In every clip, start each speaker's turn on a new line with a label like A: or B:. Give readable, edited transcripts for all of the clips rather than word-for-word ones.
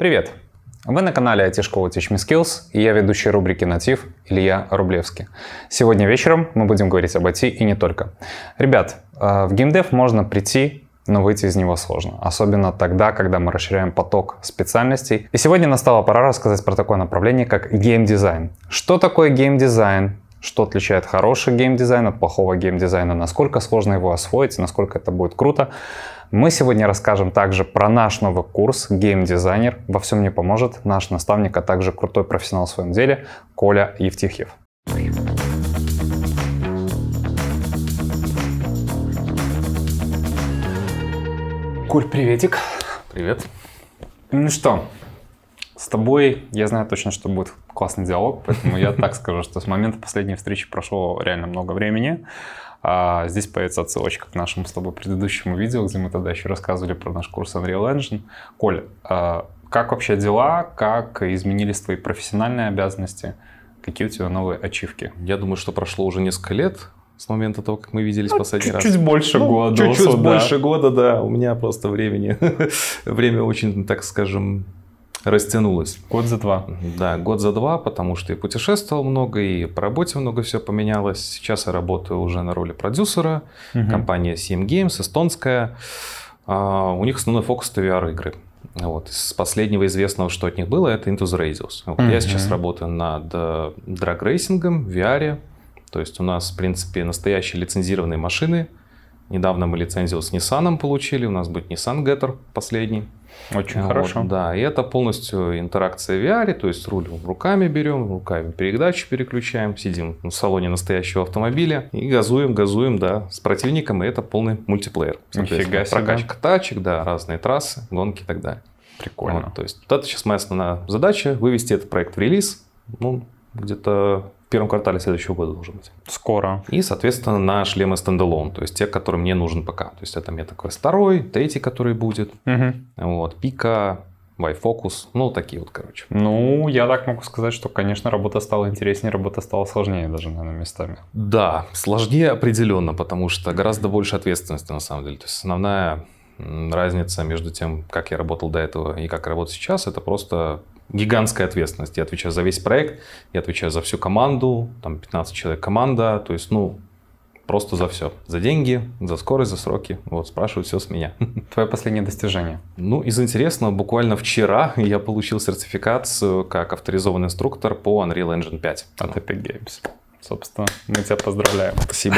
A: Привет! Вы на канале IT-школы Teach Me Skills, и я ведущий рубрики «Натив» Илья Рублевский. Сегодня вечером мы будем говорить об IT и не только. Ребят, в геймдев можно прийти, но выйти из него сложно. Особенно тогда, когда мы расширяем поток специальностей. И сегодня настала пора рассказать про такое направление, как геймдизайн. Что такое геймдизайн? Что отличает хороший геймдизайн от плохого геймдизайна? Насколько сложно его освоить? Насколько это будет круто? Мы сегодня расскажем также про наш новый курс «Геймдизайнер». Во всем мне поможет наш наставник, а также крутой профессионал в своем деле Коля Евтихьев. Коль, приветик.
B: Привет.
A: Ну что, с тобой я знаю точно, что будет классный диалог, поэтому я так скажу, что с момента последней встречи прошло реально много времени. Здесь появится отсылочка к нашему с тобой предыдущему видео, где мы тогда еще рассказывали про наш курс Unreal Engine. Коль, как вообще дела? Как изменились твои профессиональные обязанности? Какие у тебя новые ачивки?
B: Я думаю, что прошло уже несколько лет с момента того, как мы виделись последний раз.
A: Чуть больше года.
B: Чуть-чуть больше года, да. У меня просто время очень, так скажем, растянулось.
A: Год за два.
B: Да, год за два, потому что и путешествовал много, и по работе много все поменялось. Сейчас я работаю уже на роли продюсера. Компания CM Games, эстонская. У них основной фокус — это VR-игры. Вот. Из последнего известного, что от них было, это Into the Radius. Вот. Я сейчас работаю над драг-рейсингом в VR. То есть у нас, в принципе, настоящие лицензированные машины. Недавно мы лицензию с Nissan получили. У нас будет Nissan Getter последний.
A: Очень хорошо.
B: Да, и это полностью интеракция в VR, то есть руль руками берем, руками передачу переключаем, сидим в салоне настоящего автомобиля и газуем, да, с противником, и это полный мультиплеер.
A: Нифига себе.
B: Прокачка тачек, да, разные трассы, гонки и так далее.
A: Прикольно.
B: Вот, то есть вот это сейчас моя основная задача — вывести этот проект в релиз, где-то в первом квартале следующего года должен быть.
A: Скоро.
B: И, соответственно, на шлемы стендалон, то есть те, которые мне нужен пока. То есть это MetaQuest 2, третий, который будет. Вот, Пика, Y-Focus, такие вот, короче.
A: Я так могу сказать, что, конечно, работа стала интереснее, работа стала сложнее даже, наверное, местами.
B: Да, сложнее определенно, потому что гораздо больше ответственности на самом деле. То есть основная разница между тем, как я работал до этого и как я работаю сейчас, это просто гигантская ответственность. Я отвечаю за весь проект, я отвечаю за всю команду, там 15 человек команда, то есть, просто за все. За деньги, за скорость, за сроки. Вот, спрашивают все с меня.
A: Твое последнее достижение?
B: Из интересного, буквально вчера я получил сертификацию как авторизованный инструктор по Unreal Engine 5.
A: От Epic Games. Собственно, мы тебя поздравляем.
B: Спасибо.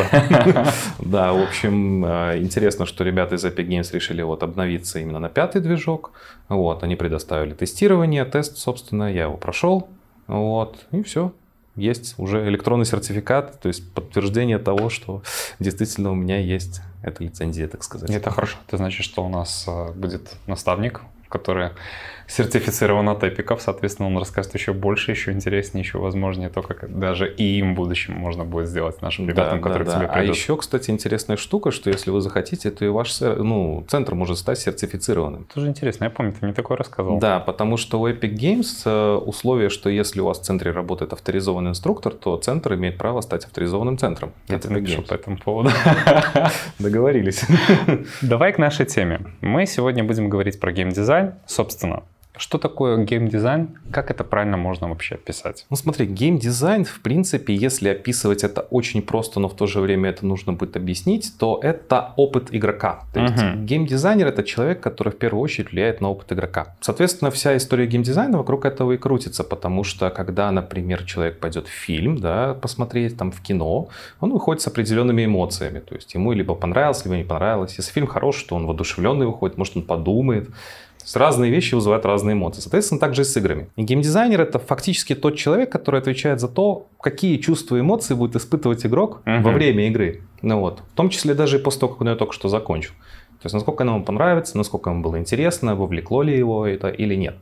B: Да, в общем, интересно, что ребята из Epic Games решили обновиться именно на 5-й движок. Вот, они предоставили тестирование, тест, собственно, я его прошел. Вот, и все. Есть уже электронный сертификат, то есть подтверждение того, что действительно у меня есть эта лицензия, так сказать.
A: Это хорошо. Это значит, что у нас будет наставник, который сертифицирован от эпиков, соответственно, он расскажет еще больше, еще интереснее, еще возможнее то, как даже и им в будущем можно будет сделать нашим ребятам, которые к тебе придут.
B: А еще, кстати, интересная штука, что если вы захотите, то и ваш центр может стать сертифицированным.
A: Тоже интересно, я помню, ты мне такое рассказывал.
B: Да, потому что у Epic Games условие, что если у вас в центре работает авторизованный инструктор, то центр имеет право стать авторизованным центром.
A: Я тебе напишу по этому поводу.
B: Договорились.
A: Давай к нашей теме. Мы сегодня будем говорить про геймдизайн, собственно. Что такое геймдизайн? Как это правильно можно вообще описать?
B: Смотри, геймдизайн, в принципе, если описывать это очень просто, но в то же время это нужно будет объяснить, то это опыт игрока. То есть геймдизайнер — это человек, который в первую очередь влияет на опыт игрока. Соответственно, вся история геймдизайна вокруг этого и крутится, потому что когда, например, человек пойдет в фильм, посмотреть в кино, он выходит с определенными эмоциями. То есть ему либо понравилось, либо не понравилось. Если фильм хороший, то он воодушевленный выходит, может, он подумает. Разные вещи вызывают разные эмоции. Соответственно, также и с играми. И геймдизайнер — это фактически тот человек, который отвечает за то, какие чувства и эмоции будет испытывать игрок во время игры. В том числе даже и после того, как он ее только что закончил. То есть, насколько она ему понравится, насколько ему было интересно, вовлекло ли его это или нет.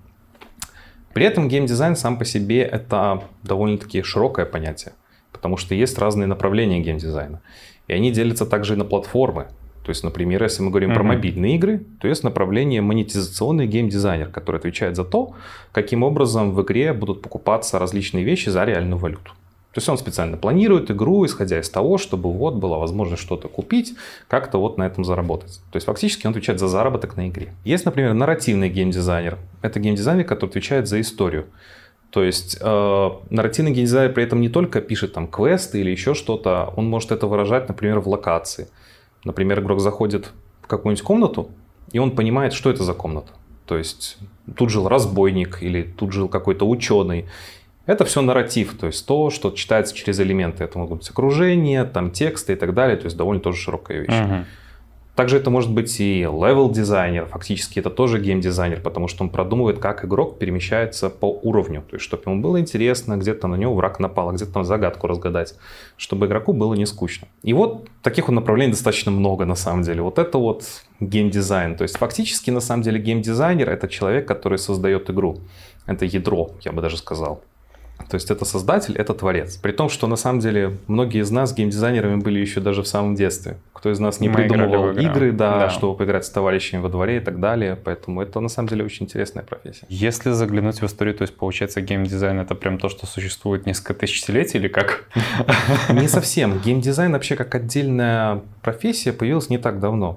B: При этом геймдизайн сам по себе — это довольно-таки широкое понятие. Потому что есть разные направления геймдизайна. И они делятся также и на платформы. То есть, например, если мы говорим про мобильные игры, то есть направление монетизационный геймдизайнер, который отвечает за то, каким образом в игре будут покупаться различные вещи за реальную валюту. То есть он специально планирует игру, исходя из того, чтобы вот была возможность что-то купить, как-то вот на этом заработать. То есть фактически он отвечает за заработок на игре. Есть, например, нарративный геймдизайнер. Это геймдизайнер, который отвечает за историю. То есть нарративный геймдизайнер при этом не только пишет там квесты или еще что-то, он может это выражать, например, в локации. Например, игрок заходит в какую-нибудь комнату, и он понимает, что это за комната. То есть тут жил разбойник или тут жил какой-то ученый. Это все нарратив, то есть то, что читается через элементы. Это могут быть окружение, там тексты и так далее. То есть довольно тоже широкая вещь. Также это может быть и левел-дизайнер. Фактически это тоже геймдизайнер, потому что он продумывает, как игрок перемещается по уровню. То есть чтобы ему было интересно, где-то на него враг напал, а где-то там загадку разгадать, чтобы игроку было не скучно. И вот таких вот направлений достаточно много на самом деле. Вот это вот геймдизайн. То есть фактически на самом деле геймдизайнер — это человек, который создает игру. Это ядро, я бы даже сказал. То есть это создатель, это творец. При том, что на самом деле многие из нас геймдизайнерами были еще даже в самом детстве. Кто из нас не придумывал игры, да, чтобы поиграть с товарищами во дворе и так далее. Поэтому это на самом деле очень интересная профессия.
A: Если заглянуть в историю, то есть получается геймдизайн — это прям то, что существует несколько тысячелетий или как?
B: Не совсем. Геймдизайн вообще как отдельная профессия появилась не так давно.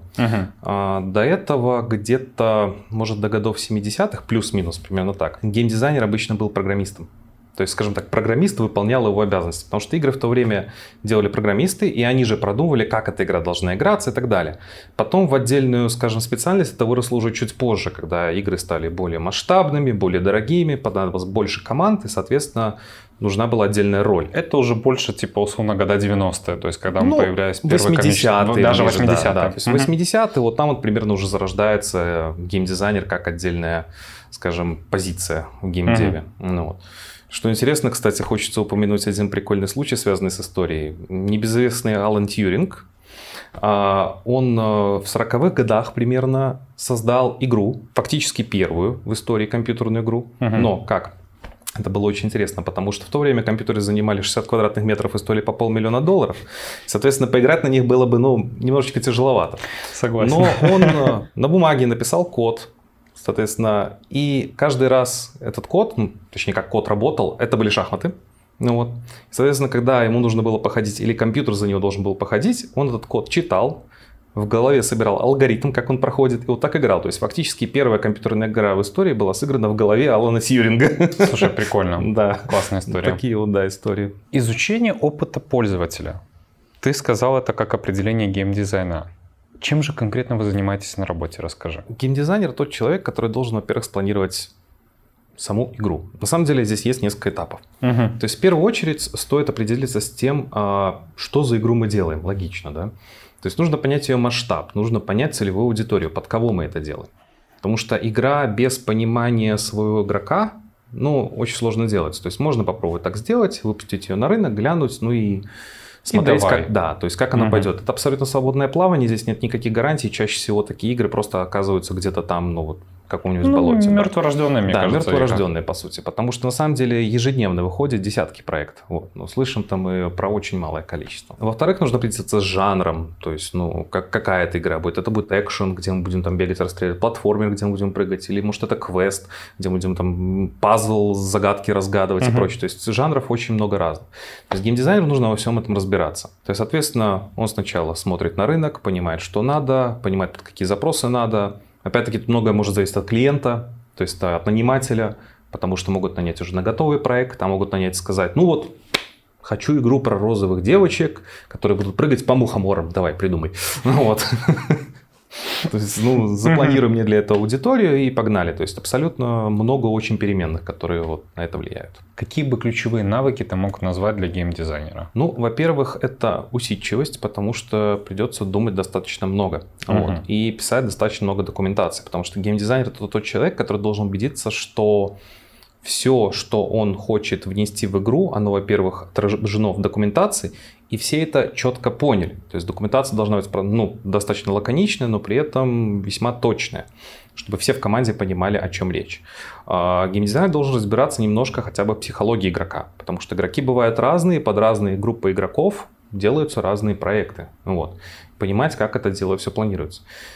B: До этого где-то, может, до годов 70-х, плюс-минус, примерно так, геймдизайнер обычно был программистом. То есть, скажем так, программист выполнял его обязанности, потому что игры в то время делали программисты, и они же продумывали, как эта игра должна играться и так далее. Потом в отдельную, скажем, специальность это выросло уже чуть позже, когда игры стали более масштабными, более дорогими, понадобилось больше команд, и, соответственно, нужна была отдельная роль.
A: Это уже больше, типа, условно, года 90-е, то есть, когда мы появлялись первые
B: 80-е,
A: даже 80-е.
B: Да. То есть 80-е, вот там вот примерно уже зарождается геймдизайнер как отдельная, скажем, позиция в геймдеве. Вот. Что интересно, кстати, хочется упомянуть один прикольный случай, связанный с историей. Небезызвестный Алан Тьюринг, он в 40-х годах примерно создал игру, фактически первую в истории компьютерную игру. Но как? Это было очень интересно, потому что в то время компьютеры занимали 60 квадратных метров и стоили по $500 000. Соответственно, поиграть на них было бы, немножечко тяжеловато.
A: Согласен.
B: Но он на бумаге написал код. Соответственно, и каждый раз этот код, точнее, как код работал, это были шахматы. Соответственно, когда ему нужно было походить, или компьютер за него должен был походить, он этот код читал, в голове собирал алгоритм, как он проходит, и вот так играл. То есть, фактически, первая компьютерная игра в истории была сыграна в голове Алана Тьюринга.
A: Слушай, прикольно.
B: Да.
A: Классная история.
B: Такие вот, да, истории.
A: Изучение опыта пользователя. Ты сказал это как определение геймдизайна. Чем же конкретно вы занимаетесь на работе? Расскажи.
B: Геймдизайнер тот человек, который должен, во-первых, спланировать саму игру. На самом деле здесь есть несколько этапов. То есть в первую очередь стоит определиться с тем, что за игру мы делаем. Логично, да? То есть нужно понять ее масштаб, нужно понять целевую аудиторию, под кого мы это делаем. Потому что игра без понимания своего игрока, очень сложно делать. То есть можно попробовать так сделать, выпустить ее на рынок, глянуть, и смотреть, как она пойдет. Это абсолютно свободное плавание, здесь нет никаких гарантий. Чаще всего такие игры просто оказываются где-то там, в каком-нибудь болоте.
A: Мертворожденные, мне кажется.
B: Да, мертворожденные, по сути. Потому что на самом деле ежедневно выходят десятки проектов. Но слышим-то мы про очень малое количество. Во-вторых, нужно определиться с жанром. То есть, какая это игра будет. Это будет экшен, где мы будем там бегать, расстрелять, платформер, где мы будем прыгать. Или, может, это квест, где мы будем там пазл, загадки разгадывать и прочее. То есть, жанров очень много разных. То есть, геймдизайнеру нужно во всем этом разбираться. То есть, соответственно, он сначала смотрит на рынок, понимает, что надо, понимает, под какие запросы надо. Опять-таки, тут многое может зависеть от клиента, то есть от нанимателя, потому что могут нанять уже на готовый проект, а могут нанять и сказать, хочу игру про розовых девочек, которые будут прыгать по мухоморам, давай, придумай. То есть, запланируй мне для этого аудиторию и погнали. То есть, абсолютно много очень переменных, которые на это влияют.
A: Какие бы ключевые навыки ты мог назвать для геймдизайнера?
B: Во-первых, это усидчивость, потому что придется думать достаточно много. И писать достаточно много документации, потому что геймдизайнер — это тот человек, который должен убедиться, что все, что он хочет внести в игру, оно, во-первых, отражено в документации, и все это четко поняли. То есть документация должна быть достаточно лаконичная, но при этом весьма точная, чтобы все в команде понимали, о чем речь. Геймдизайнер должен разбираться немножко хотя бы в психологии игрока, потому что игроки бывают разные, под разные группы игроков делаются разные проекты. Понимать, как это дело все планируется.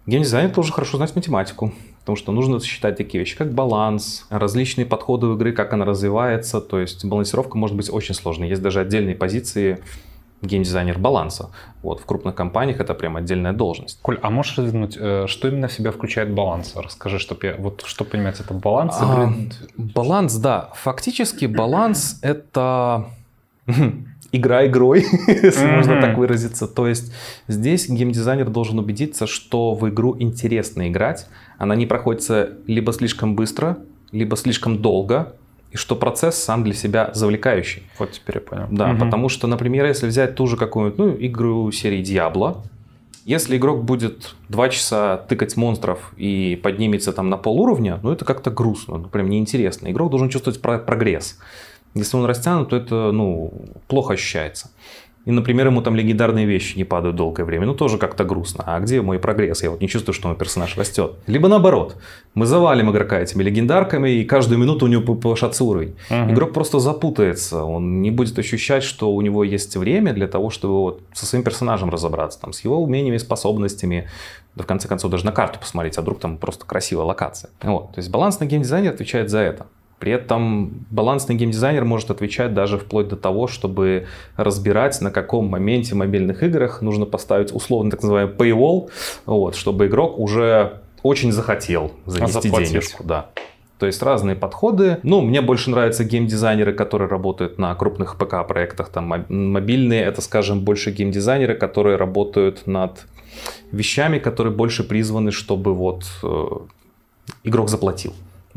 B: Геймдизайнер тоже хорошо знать математику, потому что нужно считать такие вещи, как баланс, различные подходы у игры, как она развивается. То есть балансировка может быть очень сложной. Есть даже отдельные позиции геймдизайнер баланса. Вот, в крупных компаниях это прям отдельная должность.
A: Коль, а можешь развернуть, что именно в себя включает баланс? Расскажи, что понимается это баланс?
B: Баланс, да. Фактически баланс — это игра игрой, если можно так выразиться. То есть здесь геймдизайнер должен убедиться, что в игру интересно играть. Она не проходится либо слишком быстро, либо слишком долго, и что процесс сам для себя завлекающий.
A: Вот теперь я понял.
B: Да, потому что, например, если взять ту же какую-нибудь игру серии Diablo, если игрок будет 2 часа тыкать монстров и поднимется там на полуровня, это как-то грустно, прям неинтересно. Игрок должен чувствовать прогресс. Если он растянут, то это, плохо ощущается. И, например, ему там легендарные вещи не падают долгое время. Тоже как-то грустно. А где мой прогресс? Я не чувствую, что мой персонаж растет. Либо наоборот. Мы завалим игрока этими легендарками, и каждую минуту у него повышаться уровень. Игрок просто запутается. Он не будет ощущать, что у него есть время для того, чтобы со своим персонажем разобраться. С его умениями, способностями. Да, в конце концов, даже на карту посмотреть, а вдруг там просто красивая локация. То есть балансный геймдизайнер отвечает за это. При этом балансный геймдизайнер может отвечать даже вплоть до того, чтобы разбирать, на каком моменте в мобильных играх нужно поставить условно так называемый paywall, чтобы игрок уже очень захотел занести денежку. Да. То есть разные подходы. Мне больше нравятся геймдизайнеры, которые работают на крупных ПК-проектах. Там мобильные, это, скажем, больше геймдизайнеры, которые работают над вещами, которые больше призваны, чтобы игрок заплатил.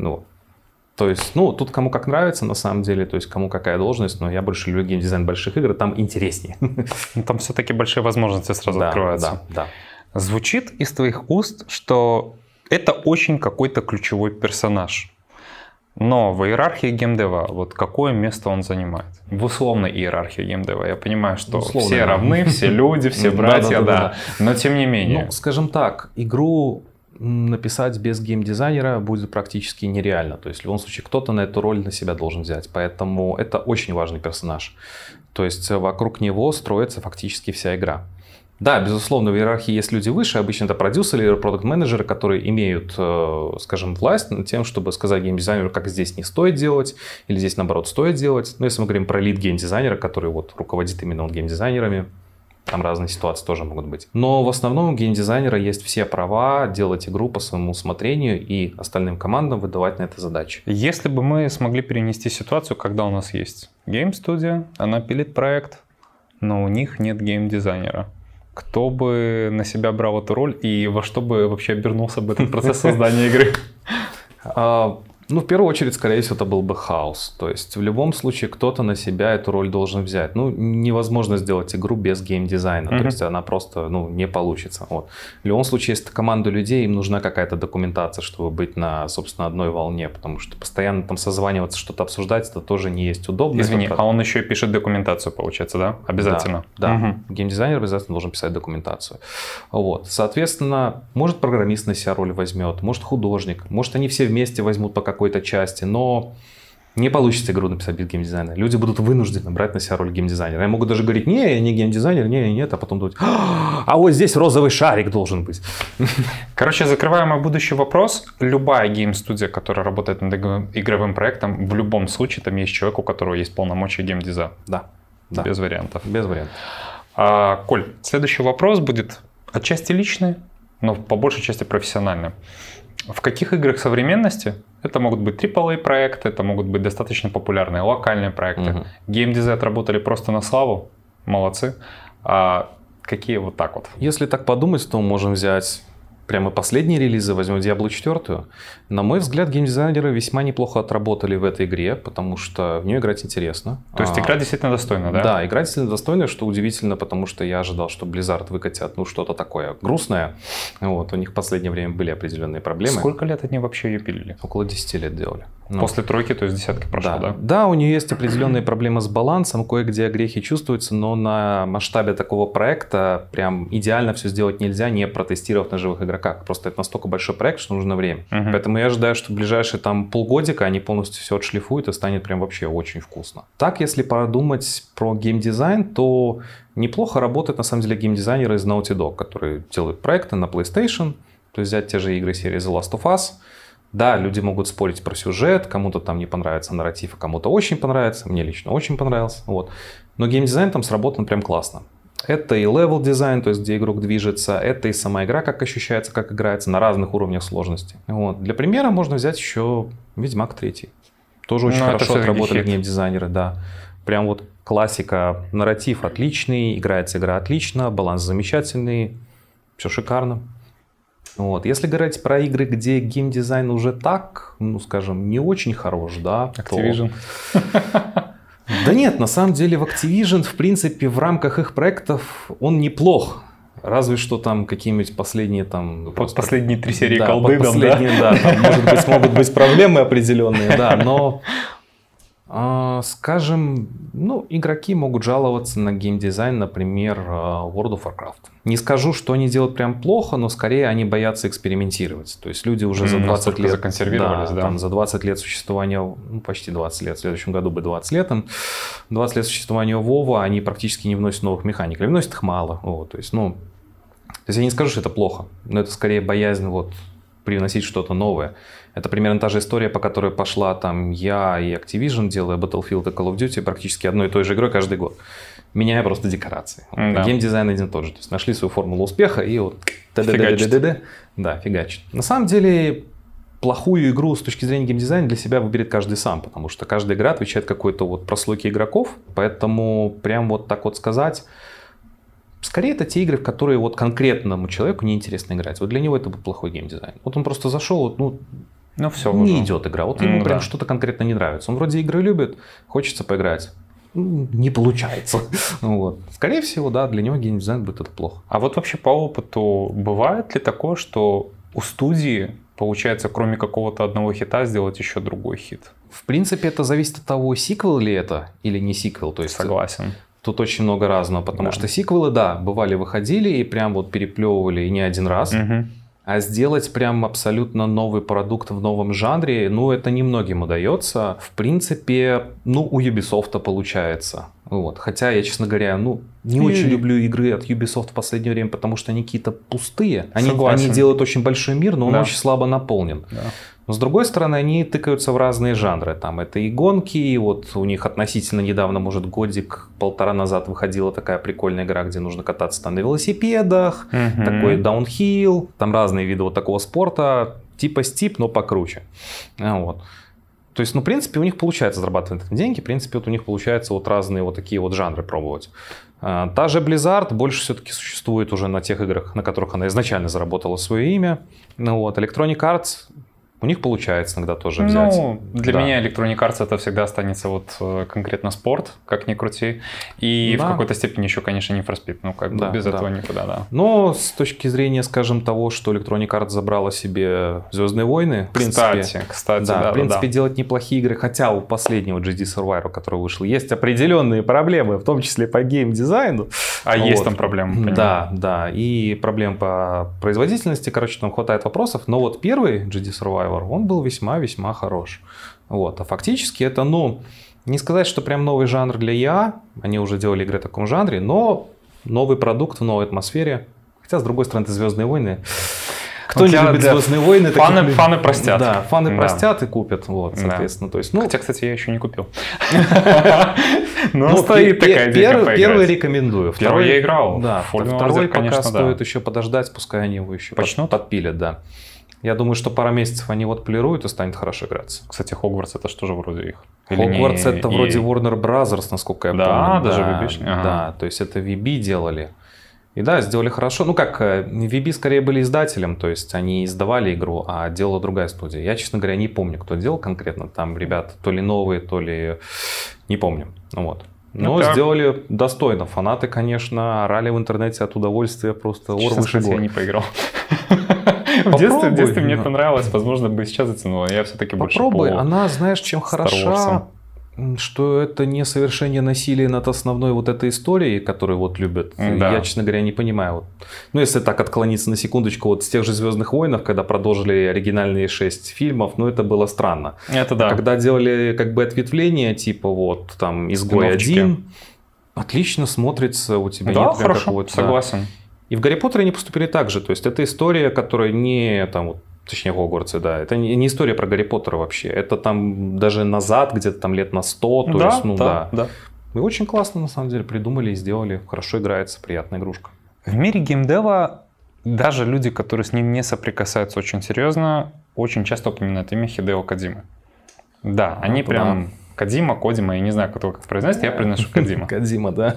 B: То есть, тут кому как нравится, на самом деле, то есть кому какая должность, но я больше люблю геймдизайн больших игр, там интереснее.
A: Там все-таки большие возможности сразу открываются.
B: Да.
A: Звучит из твоих уст, что это очень какой-то ключевой персонаж. Но в иерархии геймдева, какое место он занимает? В условной иерархии геймдева. Я понимаю, что все равны, все люди, все братья, да. Но тем не менее.
B: Скажем так, игру написать без геймдизайнера будет практически нереально. То есть в любом случае кто-то на эту роль на себя должен взять. Поэтому это очень важный персонаж. То есть вокруг него строится фактически вся игра. Да, безусловно, в иерархии есть люди выше. Обычно это продюсеры или продакт-менеджеры, которые имеют, скажем, власть над тем, чтобы сказать геймдизайнеру, как здесь не стоит делать, или здесь, наоборот, стоит делать. Если мы говорим про лид-геймдизайнера, который руководит именно геймдизайнерами, там разные ситуации тоже могут быть. Но в основном у геймдизайнера есть все права делать игру по своему усмотрению и остальным командам выдавать на это задачи.
A: Если бы мы смогли перенести ситуацию, когда у нас есть гейм-студия, она пилит проект, но у них нет гейм-дизайнера, кто бы на себя брал эту роль и во что бы вообще обернулся бы этот процесс создания игры?
B: В первую очередь, скорее всего, это был бы хаос. То есть, в любом случае, кто-то на себя эту роль должен взять. Невозможно сделать игру без геймдизайна. То есть, она просто, не получится. В любом случае, если это команда людей, им нужна какая-то документация, чтобы быть на, собственно, одной волне. Потому что постоянно там созваниваться, что-то обсуждать, это тоже не есть удобно.
A: Извини, а он еще и пишет документацию, получается, да? Обязательно?
B: Да. Геймдизайнер обязательно должен писать документацию. Соответственно, может программист на себя роль возьмет, может художник, может они все вместе возьмут по какой-то части, но не получится игру написать без геймдизайнера. Люди будут вынуждены брать на себя роль геймдизайнера. Они могут даже говорить: не, я не геймдизайнер, нет, а потом думать: а вот здесь розовый шарик должен быть.
A: Короче, закрываем мой будущий вопрос. Любая гейм-студия, которая работает над игровым проектом, в любом случае там есть человек, у которого есть полномочия геймдиза.
B: Да.
A: Без вариантов.
B: Без вариантов.
A: Коль, следующий вопрос будет отчасти личный, но по большей части профессиональный. В каких играх современности, это могут быть AAA проекты, это могут быть достаточно популярные локальные проекты, геймдизы отработали просто на славу, молодцы, а какие вот так вот?
B: Если так подумать, то можем взять прямо последние релизы, возьмем Diablo 4. На мой взгляд, геймдизайнеры весьма неплохо отработали в этой игре, потому что в нее играть интересно.
A: То есть игра действительно достойна, да?
B: Да, игра действительно достойная, что удивительно, потому что я ожидал, что Blizzard выкатят что-то такое грустное. У них в последнее время были определенные проблемы.
A: Сколько лет они вообще ее пилили?
B: Около 10 лет делали.
A: После тройки, то есть десятки прошло, да?
B: Да, у нее есть определенные проблемы с балансом, кое-где огрехи чувствуются, но на масштабе такого проекта прям идеально все сделать нельзя, не протестировав на живых игроках. Просто это настолько большой проект, что нужно время. Поэтому я ожидаю, что в ближайшие полгодика они полностью все отшлифуют и станет прям вообще очень вкусно. Так, если подумать про геймдизайн, то неплохо работают на самом деле геймдизайнеры из Naughty Dog, которые делают проекты на PlayStation, То есть взять те же игры серии The Last of Us. Да, люди могут спорить про сюжет, кому-то там не понравится нарратив, а кому-то очень понравится. Мне лично очень понравился. Вот. Но геймдизайн там сработан прям классно. Это и левел дизайн, то есть где игрок движется, это и сама игра, как ощущается, как играется на разных уровнях сложности. Вот. Для примера можно взять еще Ведьмак 3. Тоже очень хорошо отработали геймдизайнеры, да. Прям вот классика, нарратив отличный, играется игра отлично, баланс замечательный, все шикарно. Вот. Если говорить про игры, где геймдизайн уже так, ну скажем, не очень хорош, да.
A: Activision.
B: Да нет, на самом деле в Activision, в принципе, в рамках их проектов он неплох. Разве что там какие-нибудь последние там...
A: Последние 3 серии колды там,
B: да? Там, может быть, могут быть проблемы определенные, да, но... Скажем, ну, игроки могут жаловаться на геймдизайн, например, World of Warcraft. Не скажу, что они делают прям плохо, но скорее они боятся экспериментировать. То есть люди уже за 20 лет...
A: законсервировались, да?
B: Там, за 20 лет существования, ну, почти 20 лет, в следующем году будет 20 лет, 20 лет существования WoW, они практически не вносят новых механик, или вносят их мало. Вот, то есть я не скажу, что это плохо, но это скорее боязнь вот привносить что-то новое. Это примерно та же история, по которой пошла там я и Activision, делая Battlefield и Call of Duty практически одной и той же игрой каждый год. Меняя просто декорации. Да. Геймдизайн один и тот же. То есть нашли свою формулу успеха и вот... Да, фигачит. На самом деле, плохую игру с точки зрения геймдизайна для себя выберет каждый сам, потому что каждая игра отвечает какой-то вот прослойке игроков, поэтому прям вот так вот сказать... Скорее, это те игры, в которые вот конкретному человеку неинтересно играть. Вот для него это был плохой геймдизайн. Вот он просто зашел,
A: все
B: не
A: уже.
B: идет игра. Вот ему прям что-то конкретно не нравится. Он вроде игры любит, хочется поиграть. Не получается. Вот. Скорее всего, да, для него геймдизайн будет это плохо.
A: А вот вообще по опыту бывает ли такое, что у студии получается, кроме какого-то одного хита, сделать еще другой хит?
B: В принципе, это зависит от того, сиквел ли это или не сиквел. То есть,
A: согласен.
B: Тут очень много разного, потому что сиквелы, да, бывали, выходили и прям вот переплевывали и не один раз. А сделать прям абсолютно новый продукт в новом жанре, это немногим удается. В принципе, у Ubisoft получается. Вот. Хотя я, честно говоря, не очень люблю игры от Ubisoft в последнее время, потому что они какие-то пустые. Они делают очень большой мир, но он очень слабо наполнен. Да. Но с другой стороны, они тыкаются в разные жанры. Там это и гонки, и вот у них относительно недавно, может, годик-полтора назад выходила такая прикольная игра, где нужно кататься там на велосипедах, такой даунхилл, там разные виды вот такого спорта, типа стип, но покруче. Вот. То есть, в принципе, у них получается зарабатывать деньги, в принципе, вот у них получается вот разные вот такие вот жанры пробовать. Та же Blizzard больше все-таки существует уже на тех играх, на которых она изначально заработала свое имя. Вот. Electronic Arts, у них получается иногда тоже взять.
A: Для меня Electronic Arts это всегда останется вот конкретно спорт, как ни крути. И в какой-то степени еще, конечно, Need for Speed. Без этого никуда, да.
B: Но с точки зрения, скажем, того, что Electronic Arts забрала себе Звездные войны, в принципе,
A: в
B: принципе, делать неплохие игры, хотя у последнего GD Survivor, который вышел, есть определенные проблемы, в том числе по геймдизайну.
A: Есть там проблемы.
B: Да, и проблем по производительности, там хватает вопросов, но вот первый GD Survivor, он был весьма-весьма хорош. Вот. А фактически это, не сказать, что прям новый жанр для EA, они уже делали игры в таком жанре, но новый продукт в новой атмосфере. Хотя, с другой стороны, это «Звездные войны». Кто не любит «Звездные войны»,
A: фаны простят.
B: Да, фаны простят и купят, вот, соответственно. То есть,
A: хотя, кстати, я еще не купил. Но стоит такая идея поиграть.
B: Первый рекомендую.
A: Второй я играл.
B: Да, второй пока стоит еще подождать, пускай они его еще подпилят, да. Я думаю, что пару месяцев они вот полируют и станет хорошо играться.
A: Кстати, Хогвартс это что же вроде их?
B: Хогвартс это вроде Warner Brothers, насколько я помню.
A: Да, даже VB.
B: Да, то есть это VB делали. И да, сделали хорошо. VB скорее были издателем, то есть они издавали игру, а делала другая студия. Я, честно говоря, не помню, кто делал конкретно. Там ребята то ли новые, то ли... Не помню. Вот. Но сделали достойно. Фанаты, конечно, орали в интернете от удовольствия просто ор выше гор.
A: Я не поиграл. В детстве мне это нравилось, возможно, бы сейчас затянуло. Я все-таки больше
B: попробуй. Она, знаешь, чем хороша, что это не совершение насилия над основной вот этой историей, которую вот любят. Да. Я, честно говоря, не понимаю. Если так отклониться на секундочку, вот с тех же «Звездных войнов», когда продолжили оригинальные 6 фильмов, это было странно.
A: Это да.
B: Когда делали ответвление, типа вот там «Изгой 1», отлично смотрится у тебя.
A: Да, хорошо, согласен.
B: И в Гарри Поттере они поступили так же. То есть это история, которая не там вот, точнее, Хогвартсе, да. Это не история про Гарри Поттера вообще. Это там даже назад, где-то там лет на 100. То есть, ну да. И очень классно, на самом деле, придумали и сделали. Хорошо играется, приятная игрушка.
A: В мире геймдева даже люди, которые с ним не соприкасаются очень серьезно, очень часто упоминают имя Хидео Кодзимы. Да, они прям... Кодзима, я не знаю, кто как произносит, я произношу Кодзима.
B: Кодзима, да.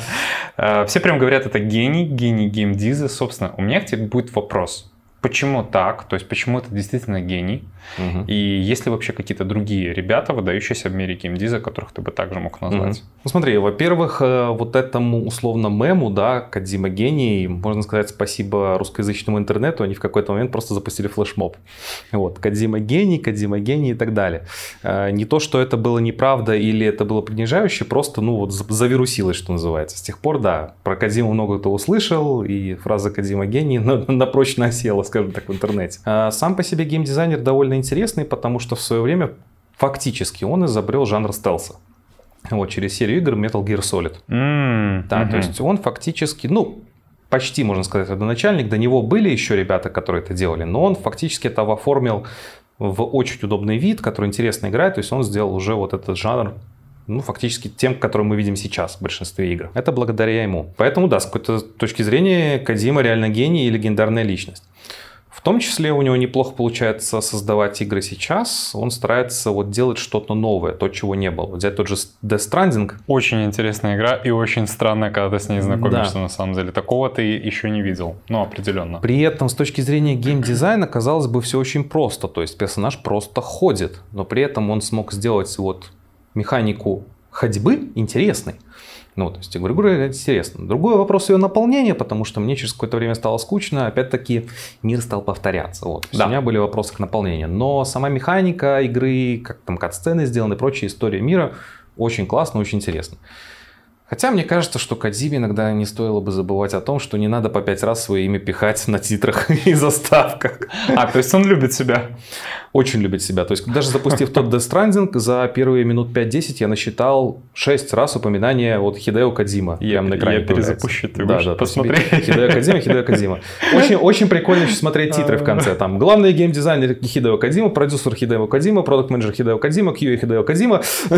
A: Да. Все прям говорят, это гений геймдиза. Собственно, у меня к тебе будет вопрос. Почему так? То есть, почему это действительно гений? И есть ли вообще какие-то другие ребята, выдающиеся в мире геймдиза, которых ты бы также мог назвать?
B: Ну смотри, во-первых, вот этому условно мему, да, Кодзима гений, можно сказать спасибо русскоязычному интернету, они в какой-то момент просто запустили флешмоб. Вот, Кодзима гений и так далее. Не то, что это было неправда или это было принижающе, просто, ну вот, завирусилось, что называется. С тех пор, да, про Кодзиму много кто услышал, и фраза Кодзима гений на прочно осела, скажем так, в интернете. Сам по себе геймдизайнер довольно интересный, потому что в свое время фактически он изобрел жанр стелса. Вот, через серию игр Metal Gear Solid. Да, то есть он фактически, ну, почти, можно сказать, родоначальник. До него были еще ребята, которые это делали, но он фактически это оформил в очень удобный вид, который интересно играет. То есть он сделал уже вот этот жанр, ну, фактически тем, который мы видим сейчас в большинстве игр. Это благодаря ему. Поэтому, да, с какой-то точки зрения, Кодзима реально гений и легендарная личность. В том числе у него неплохо получается создавать игры сейчас. Он старается вот делать что-то новое, то, чего не было. Взять тот же Death Stranding.
A: Очень интересная игра и очень странная, когда ты с ней знакомишься, на самом деле. Такого ты еще не видел, ну, определенно.
B: При этом, с точки зрения геймдизайна, казалось бы, все очень просто. То есть персонаж просто ходит, но при этом он смог сделать вот механику ходьбы интересной. Ну, то есть, игра интересна. Другой вопрос ее наполнения, потому что мне через какое-то время стало скучно. Опять-таки, мир стал повторяться. Вот. Да. У меня были вопросы к наполнению. Но сама механика игры, как там кат-сцены сделаны, прочая история мира очень классно, очень интересно. Хотя мне кажется, что Кодзиме иногда не стоило бы забывать о том, что не надо по 5 раз свое имя пихать на титрах и заставках.
A: То есть он любит себя?
B: Очень любит себя. То есть даже запустив тот Death Stranding, за первые минут 5-10 я насчитал 6 раз упоминания от Хидео Кодзима.
A: Я перезапущу, ты будешь посмотреть.
B: Хидео Кодзима. Очень прикольно еще смотреть титры в конце. Там главный геймдизайнер Хидео Кодзима, продюсер Хидео Кодзима, продакт-менеджер Хидео Кодзима, QA Хидео Кодзима.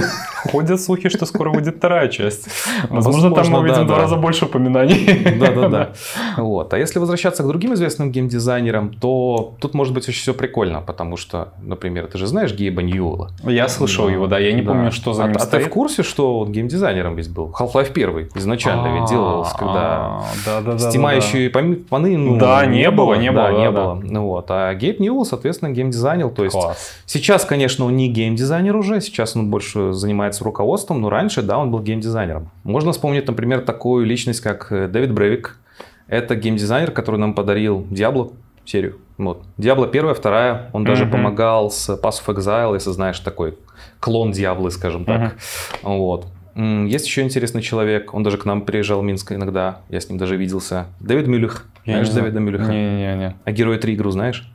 A: Ходят слухи, что скоро выйдет вторая часть. Возможно, там мы увидим в 2 раза больше упоминаний.
B: Да. Вот. А если возвращаться к другим известным геймдизайнерам, то тут может быть очень все прикольно, потому что, например, ты же знаешь Гейба Ньюэлла?
A: Я слышал его, да. Я не помню, что за ним стоит.
B: А ты в курсе, что он геймдизайнером ведь был? Half-Life 1 изначально ведь делался, когда Steam еще и паны...
A: Да, не было.
B: Вот. А Гейб Ньюэлл, соответственно, геймдизайнер. То есть сейчас, конечно, он не геймдизайнер уже, сейчас он больше занимается руководством, но раньше, да, он был геймдизайнером. Можно вспомнить, например, такую личность, как Дэвид Брейвик. Это геймдизайнер, который нам подарил Diablo серию. Вот. Diablo 1, 2, он даже помогал с Path of Exile, если знаешь, такой клон Diablo, скажем так. Вот. Есть еще интересный человек, он даже к нам приезжал в Минск иногда, я с ним даже виделся. Дэвид Мюллих. Знаешь Дэвида Мюллиха?
A: Не.
B: А Героя 3 игру знаешь?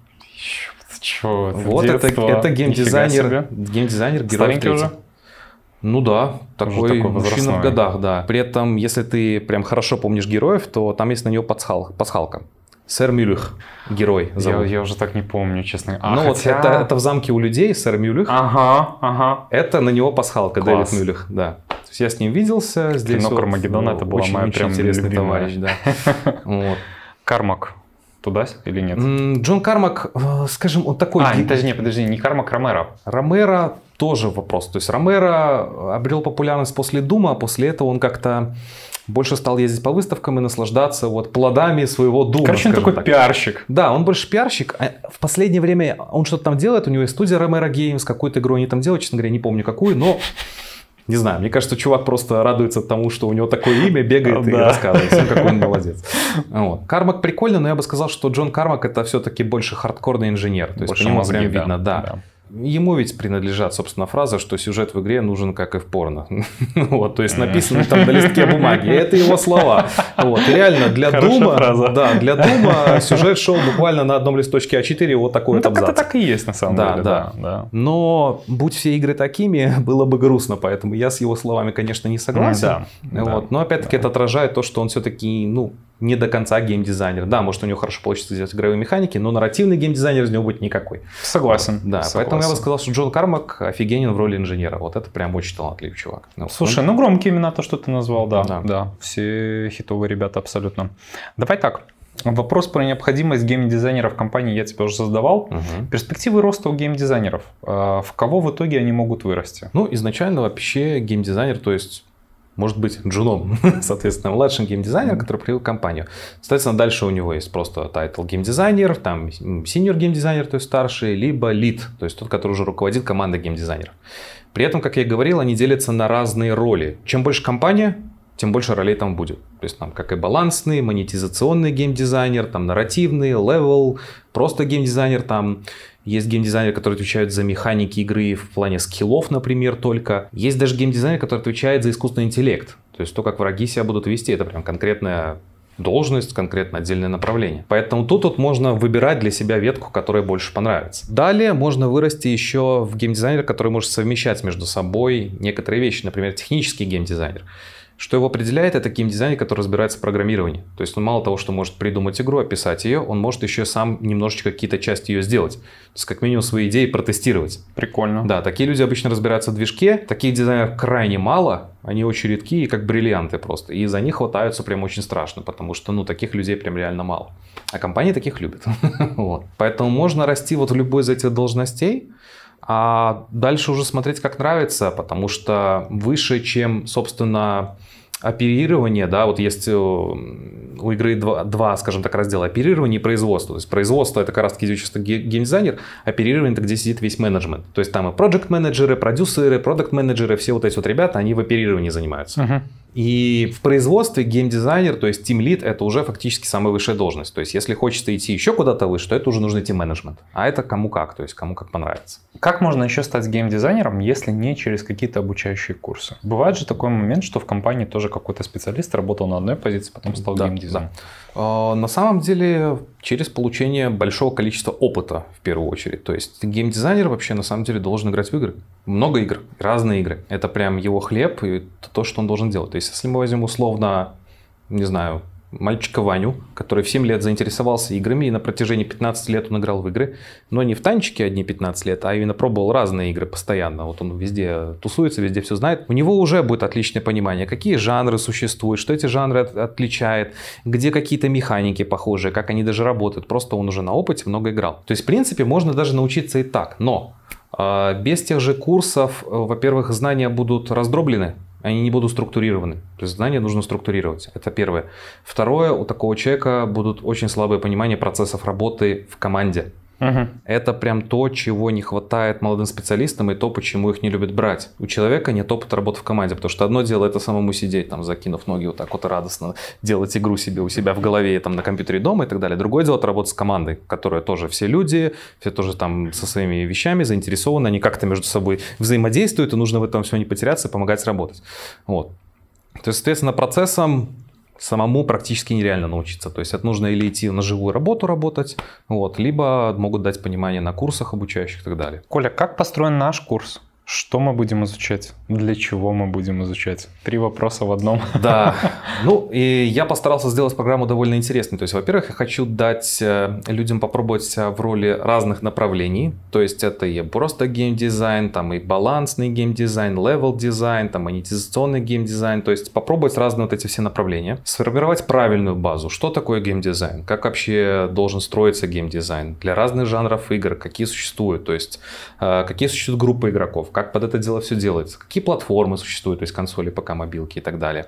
A: Чего?
B: Вот это геймдизайнер Героя 3.
A: уже?
B: Ну да, такой мужчина в годах, да. При этом, если ты прям хорошо помнишь героев, то там есть на него пасхалка. Сэр Мюллих, герой зовут.
A: Я уже так не помню, честно.
B: Вот это в замке у людей, сэр Мюллих.
A: Ага.
B: Это на него пасхалка, Дэвид Мюллих, да. То есть я с ним виделся. Здесь
A: Кино Кармагеддон, это была моя
B: очень
A: прям
B: интересный
A: любимая.
B: товарищ, да. Вот.
A: Кармак. Туда или нет?
B: Джон Кармак, скажем, он такой...
A: Подожди, не Кармак, Ромеро.
B: Ромеро тоже вопрос. То есть Ромеро обрел популярность после Дума, а после этого он как-то больше стал ездить по выставкам и наслаждаться вот плодами своего Дума.
A: Короче, он такой пиарщик.
B: Да, он больше пиарщик. В последнее время он что-то там делает, у него есть студия Romero Games, какую-то игру они там делают, честно говоря, не помню какую, но... Не знаю, мне кажется, чувак просто радуется тому, что у него такое имя, бегает и рассказывает, какой он молодец. Вот. Кармак прикольно, но я бы сказал, что Джон Кармак это все-таки больше хардкорный инженер. То есть по нему прям видно, да. Ему ведь принадлежат, собственно, фраза, что сюжет в игре нужен, как и в порно. Вот, то есть написано там на листке бумаги. Это его слова. Вот, и реально для Дума сюжет шел буквально на одном листочке А4, вот такой вот абзац.
A: Это так и есть на самом деле.
B: Да. Но будь все игры такими, было бы грустно, поэтому я с его словами, конечно, не согласен. Вот. Но опять-таки это отражает то, что он все-таки, не до конца геймдизайнер. Да, может, у него хорошо получится сделать игровые механики, но нарративный геймдизайнер из него будет никакой.
A: Согласен.
B: Да,
A: согласен.
B: поэтому я бы сказал, что Джон Кармак офигенен в роли инженера. Вот это прям очень талантливый чувак.
A: Слушай, ну громкие имена, то, что ты назвал,
B: Да.
A: да. Все хитовые ребята абсолютно. Давай так. Вопрос про необходимость геймдизайнера в компании я тебе уже задавал. Перспективы роста у геймдизайнеров. В кого в итоге они могут вырасти?
B: Ну, изначально вообще геймдизайнер, то есть может быть джуном, соответственно, младшим геймдизайнером, который привел в компанию. Соответственно, дальше у него есть просто тайтл геймдизайнер, там senior геймдизайнер, то есть старший, либо лид, то есть тот, который уже руководит командой геймдизайнеров. При этом, как я и говорил, они делятся на разные роли. Чем больше компания, тем больше ролей там будет. То есть там как и балансный, монетизационный геймдизайнер, там нарративный, левел, просто геймдизайнер, там есть геймдизайнеры, которые отвечают за механики игры в плане скиллов, например, только. Есть даже геймдизайнер, который отвечает за искусственный интеллект. То есть то, как враги себя будут вести, это прям конкретная должность, конкретно отдельное направление. Поэтому тут можно выбирать для себя ветку, которая больше понравится. Далее можно вырасти еще в геймдизайнера, который может совмещать между собой некоторые вещи, например, технический геймдизайнер. Что его определяет, это геймдизайнер, который разбирается в программировании. То есть он мало того, что может придумать игру, описать ее, он может еще сам немножечко какие-то части ее сделать. То есть как минимум свои идеи протестировать.
A: Прикольно.
B: Да, такие люди обычно разбираются в движке. Таких дизайнеров крайне мало, они очень редкие, как бриллианты просто. И за них хватаются прям очень страшно, потому что таких людей прям реально мало. А компании таких любят. Поэтому можно расти вот в любой из этих должностей. А дальше уже смотреть, как нравится, потому что выше, чем, собственно, оперирование, да, вот есть у игры два, скажем так, раздела: оперирование и производство. То есть производство — это как раз таки чисто геймдизайнер, оперирование — это где сидит весь менеджмент. То есть там и проект-менеджеры, продюсеры, продакт-менеджеры, все вот эти вот ребята, они в оперировании занимаются. И в производстве геймдизайнер, то есть тимлид, это уже фактически самая высшая должность. То есть если хочется идти еще куда-то выше, то это уже нужно идти менеджмент. А это кому как, то есть кому как понравится.
A: Как можно еще стать геймдизайнером, если не через какие-то обучающие курсы? Бывает же такой момент, что в компании тоже какой-то специалист работал на одной позиции, потом стал геймдизайнером.
B: На самом деле через получение большого количества опыта в первую очередь. То есть геймдизайнер вообще на самом деле должен играть в игры. Много игр, разные игры. Это прям его хлеб и то, что он должен делать. То есть если мы возьмем условно, не знаю, мальчика Ваню, который в 7 лет заинтересовался играми, и на протяжении 15 лет он играл в игры, но не в танчики одни 15 лет, а именно пробовал разные игры постоянно. Вот он везде тусуется, везде все знает. У него уже будет отличное понимание, какие жанры существуют, что эти жанры отличает, где какие-то механики похожие, как они даже работают. Просто он уже на опыте много играл. То есть, в принципе, можно даже научиться и так. Но без тех же курсов, во-первых, знания будут раздроблены, они не будут структурированы. То есть знания нужно структурировать. Это первое. Второе, у такого человека будут очень слабое понимание процессов работы в команде. Это прям то, чего не хватает молодым специалистам, и то, почему их не любят брать. У человека нет опыта работы в команде, потому что одно дело — это самому сидеть, там, закинув ноги вот так вот радостно, делать игру себе у себя в голове, там, на компьютере дома и так далее. Другое дело — это работа с командой, которая тоже все люди, все тоже там со своими вещами заинтересованы, они как-то между собой взаимодействуют, и нужно в этом все не потеряться и помогать работать. Вот. То есть, соответственно, процессом самому практически нереально научиться. То есть это нужно или идти на живую работу работать, вот, либо могут дать понимание на курсах обучающих и так далее.
A: Коля, как построен наш курс? Что мы будем изучать? Для чего мы будем изучать? 3 вопроса в одном.
B: Да. Ну, и я постарался сделать программу довольно интересной. То есть, во-первых, я хочу дать людям попробовать себя в роли разных направлений. То есть, это и просто геймдизайн, там и балансный геймдизайн, левел дизайн, там монетизационный геймдизайн. То есть, попробовать разные вот эти все направления. Сформировать правильную базу. Что такое геймдизайн? Как вообще должен строиться геймдизайн? Для разных жанров игр. Какие существуют? То есть, какие существуют группы игроков? Как под это дело все делается, какие платформы существуют, то есть консоли, ПК, мобилки и так далее.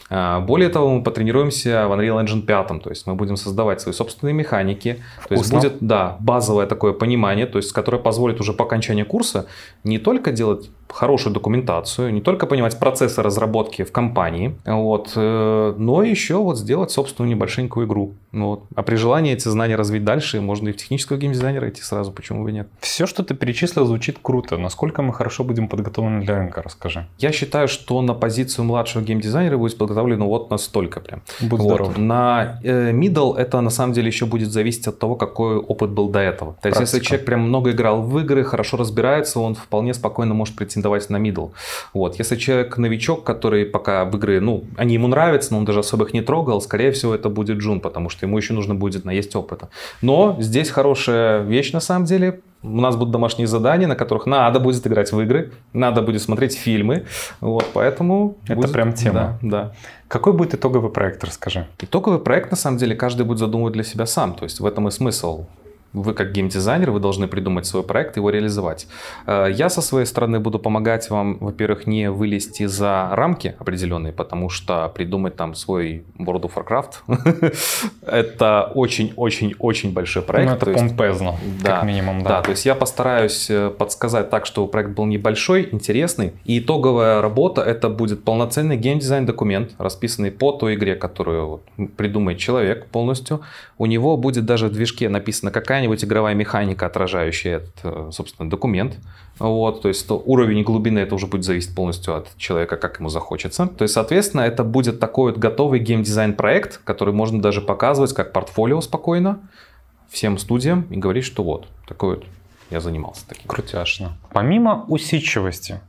B: Более того, мы потренируемся в Unreal Engine 5, то есть мы будем создавать свои собственные механики. То есть будет, да, базовое такое понимание, то есть которое позволит уже по окончании курса не только делать хорошую документацию, не только понимать процессы разработки в компании, вот, но еще вот сделать собственную небольшенькую игру. Вот. А при желании эти знания развить дальше, можно и в технического геймдизайнера идти сразу, почему бы нет.
A: Все, что ты перечислил, звучит круто. Насколько мы хорошо будем подготовлены для рынка, расскажи.
B: Я считаю, что на позицию младшего геймдизайнера будет подготовлено вот настолько прям.
A: Будь здоров.
B: На middle это на самом деле еще будет зависеть от того, какой опыт был до этого. То есть, если человек прям много играл в игры, хорошо разбирается, он вполне спокойно может прийти претендовать на middle. Вот. Если человек новичок, который пока в игры, ну, они ему нравятся, но он даже особо их не трогал, скорее всего, это будет джун, потому что ему еще нужно будет наесть опыта. Но здесь хорошая вещь на самом деле. У нас будут домашние задания, на которых надо будет играть в игры, надо будет смотреть фильмы. Вот, поэтому
A: это
B: будет...
A: прям тема.
B: Да.
A: Какой будет итоговый проект, расскажи.
B: Итоговый проект, на самом деле, каждый будет задумывать для себя сам. То есть в этом и смысл. Вы как геймдизайнер, вы должны придумать свой проект и его реализовать. Я со своей стороны буду помогать вам, во-первых, не вылезти за рамки определенные, потому что придумать там свой World of Warcraft это очень-очень-очень большой проект.
A: Ну, это помпезно, как минимум.
B: Да, то есть я постараюсь подсказать так, чтобы проект был небольшой, интересный. И итоговая работа это будет полноценный геймдизайн-документ, расписанный по той игре, которую придумает человек полностью. У него будет даже в движке написано какая-нибудь игровая механика, отражающая этот, собственно, документ. Вот, то есть уровень глубины это уже будет зависеть полностью от человека, как ему захочется. То есть, соответственно, это будет такой вот готовый геймдизайн проект, который можно даже показывать как портфолио спокойно всем студиям и говорить, что вот, такой вот я занимался таким.
A: Крутяшно. Помимо усидчивости,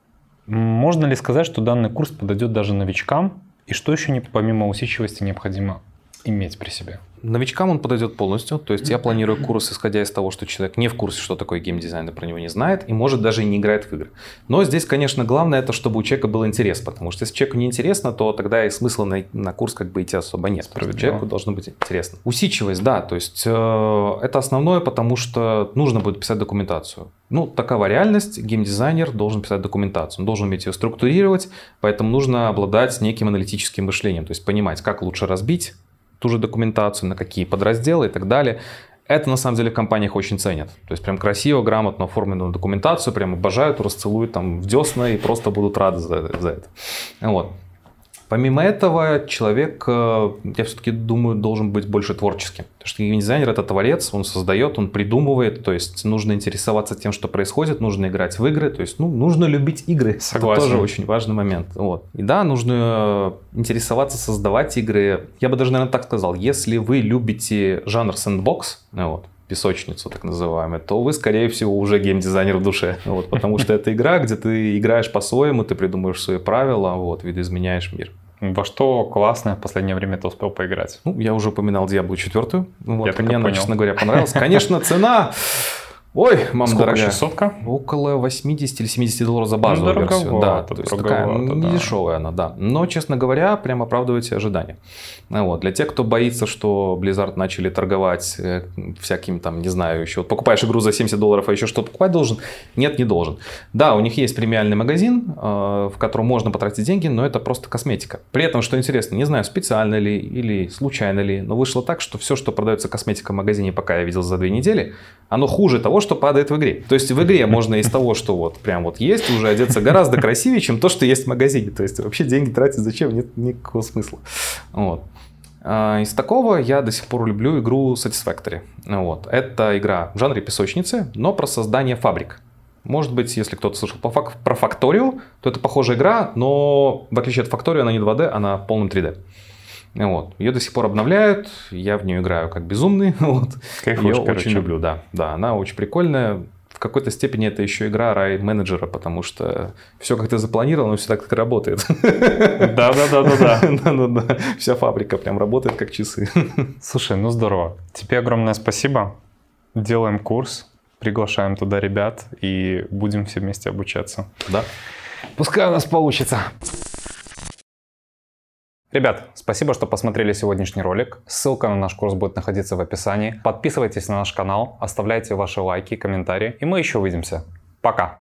A: можно ли сказать, что данный курс подойдет даже новичкам? И что еще помимо усидчивости необходимо иметь при себе?
B: Новичкам он подойдет полностью. То есть я планирую курс, исходя из того, что человек не в курсе, что такое геймдизайн, и про него не знает, и может даже и не играет в игры. Но здесь, конечно, главное это, чтобы у человека был интерес, потому что если человеку не интересно, то тогда и смысла на курс как бы идти особо нет. Человеку должно быть интересно. Усидчивость, да, то есть это основное, потому что нужно будет писать документацию. Ну, такова реальность, геймдизайнер должен писать документацию, он должен уметь ее структурировать, поэтому нужно обладать неким аналитическим мышлением, то есть понимать, как лучше разбить ту же документацию, на какие подразделы и так далее. Это на самом деле в компаниях очень ценят. То есть прям красиво, грамотно оформленную документацию, прям обожают, расцелуют там в десна и просто будут рады за это. Вот. Помимо этого, человек, я все-таки думаю, должен быть больше творческим. Потому что геймдизайнер – это творец, он создает, он придумывает. То есть нужно интересоваться тем, что происходит, нужно играть в игры. То есть нужно любить игры.
A: Согласен.
B: Это тоже очень важный момент. Вот. И да, нужно интересоваться, создавать игры. Я бы даже, наверное, так сказал. Если вы любите жанр сэндбокс, вот, песочницу так называемую, то вы, скорее всего, уже геймдизайнер в душе. Вот, потому что это игра, где ты играешь по-своему, ты придумываешь свои правила, вот, видоизменяешь мир.
A: Во что классно в последнее время ты успел поиграть?
B: Ну, я уже упоминал Diablo 4. Вот, мне она,
A: понял.
B: честно говоря, понравилась. Конечно, цена... Ой, мама дорогая.
A: 600-ка?
B: Около 80 или 70 долларов за базовую версию. Да, то есть такая не дешевая она, да. Но, честно говоря, прям оправдывает ожидания. Вот. Для тех, кто боится, что Blizzard начали торговать всякими там, не знаю, еще вот покупаешь игру за 70 долларов, а еще что-то покупать должен. Нет, не должен. Да, у них есть премиальный магазин, в котором можно потратить деньги, но это просто косметика. При этом, что интересно, не знаю, специально ли или случайно ли, но вышло так, что все, что продается косметика в магазине, пока я видел за 2 недели, оно хуже того, что падает в игре. То есть в игре можно из того, что вот прям вот есть, уже одеться гораздо красивее, чем то, что есть в магазине. То есть вообще деньги тратить зачем? Нет никакого смысла. Вот. Из такого я до сих пор люблю игру Satisfactory. Вот. Это игра в жанре песочницы, но про создание фабрик. Может быть, если кто-то слышал про Factorio, то это похожая игра, но в отличие от Factorio она не 2D, она в полном 3D. Вот. Ее до сих пор обновляют, я в нее играю как безумный. Вот.
A: Кайфуешь,
B: Ее
A: короче.
B: очень люблю, да. Да, она очень прикольная. В какой-то степени это еще игра рай-менеджера, потому что все как ты запланировал, но все так и работает.
A: Да.
B: Вся фабрика прям работает как часы.
A: Слушай, ну здорово. Тебе огромное спасибо. Делаем курс, приглашаем туда ребят и будем все вместе обучаться.
B: Да.
A: Пускай у нас получится. Ребят, спасибо, что посмотрели сегодняшний ролик. Ссылка на наш курс будет находиться в описании. Подписывайтесь на наш канал, оставляйте ваши лайки, комментарии, и мы еще увидимся. Пока!